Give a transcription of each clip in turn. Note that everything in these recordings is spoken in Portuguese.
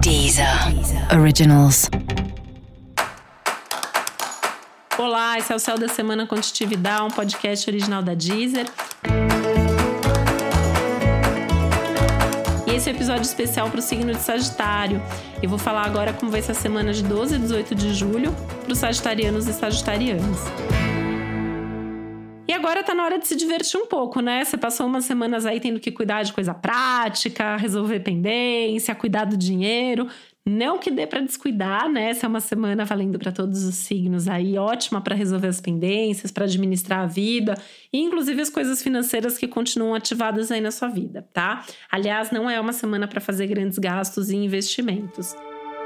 Deezer Originals. Olá, esse é o Céu da Semana com Titi Vidal, um podcast original da Deezer. E esse é um episódio especial para o signo de Sagitário. Eu vou falar agora como vai ser a semana de 12 a 18 de julho para os sagitarianos e sagitarianas. E agora tá na hora de se divertir um pouco, né? Você passou umas semanas aí tendo que cuidar de coisa prática, resolver pendência, cuidar do dinheiro. Não que dê para descuidar, né? Essa é uma semana valendo para todos os signos aí, ótima para resolver as pendências, para administrar a vida e inclusive as coisas financeiras que continuam ativadas aí na sua vida, tá? Aliás, não é uma semana para fazer grandes gastos e investimentos.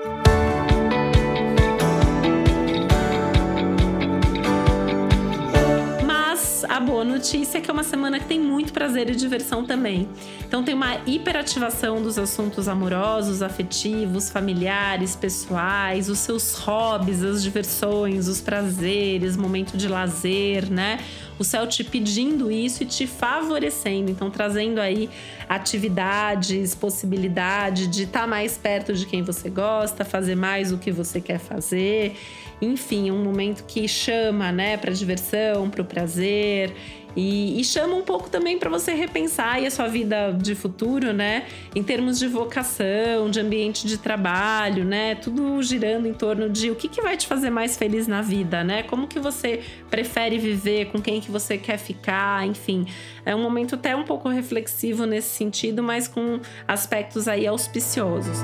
A boa notícia é que é uma semana que tem muito prazer e diversão também. Então tem uma hiperativação dos assuntos amorosos, afetivos, familiares, pessoais, os seus hobbies, as diversões, os prazeres, momento de lazer, né? O céu te pedindo isso e te favorecendo, então trazendo aí atividades, possibilidade de estar mais perto de quem você gosta, fazer mais o que você quer fazer. Enfim, um momento que chama, né, para diversão, para o prazer e chama um pouco também para você repensar aí a sua vida de futuro, né, em termos de vocação, de ambiente de trabalho, né, tudo girando em torno de o que vai te fazer mais feliz na vida, né, como que você prefere viver, com quem que você quer ficar, enfim, é um momento até um pouco reflexivo nesse sentido, mas com aspectos aí auspiciosos.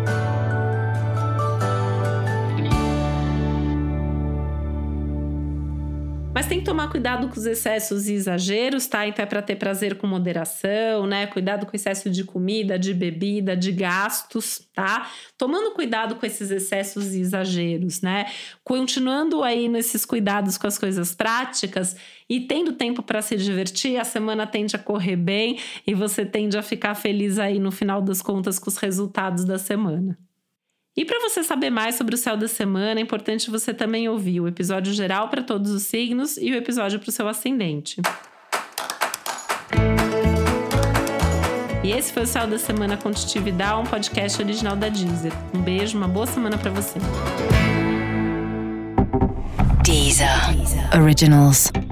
Mas tem que tomar cuidado com os excessos e exageros, tá? Então é para ter prazer com moderação, né? Cuidado com excesso de comida, de bebida, de gastos, tá? Tomando cuidado com esses excessos e exageros, né? Continuando aí nesses cuidados com as coisas práticas e tendo tempo para se divertir, a semana tende a correr bem e você tende a ficar feliz aí no final das contas com os resultados da semana. E para você saber mais sobre o céu da semana, é importante você também ouvir o episódio geral para todos os signos e o episódio para o seu ascendente. E esse foi o Céu da Semana com Titi Vidal, um podcast original da Deezer. Um beijo, uma boa semana para você. Deezer Originals.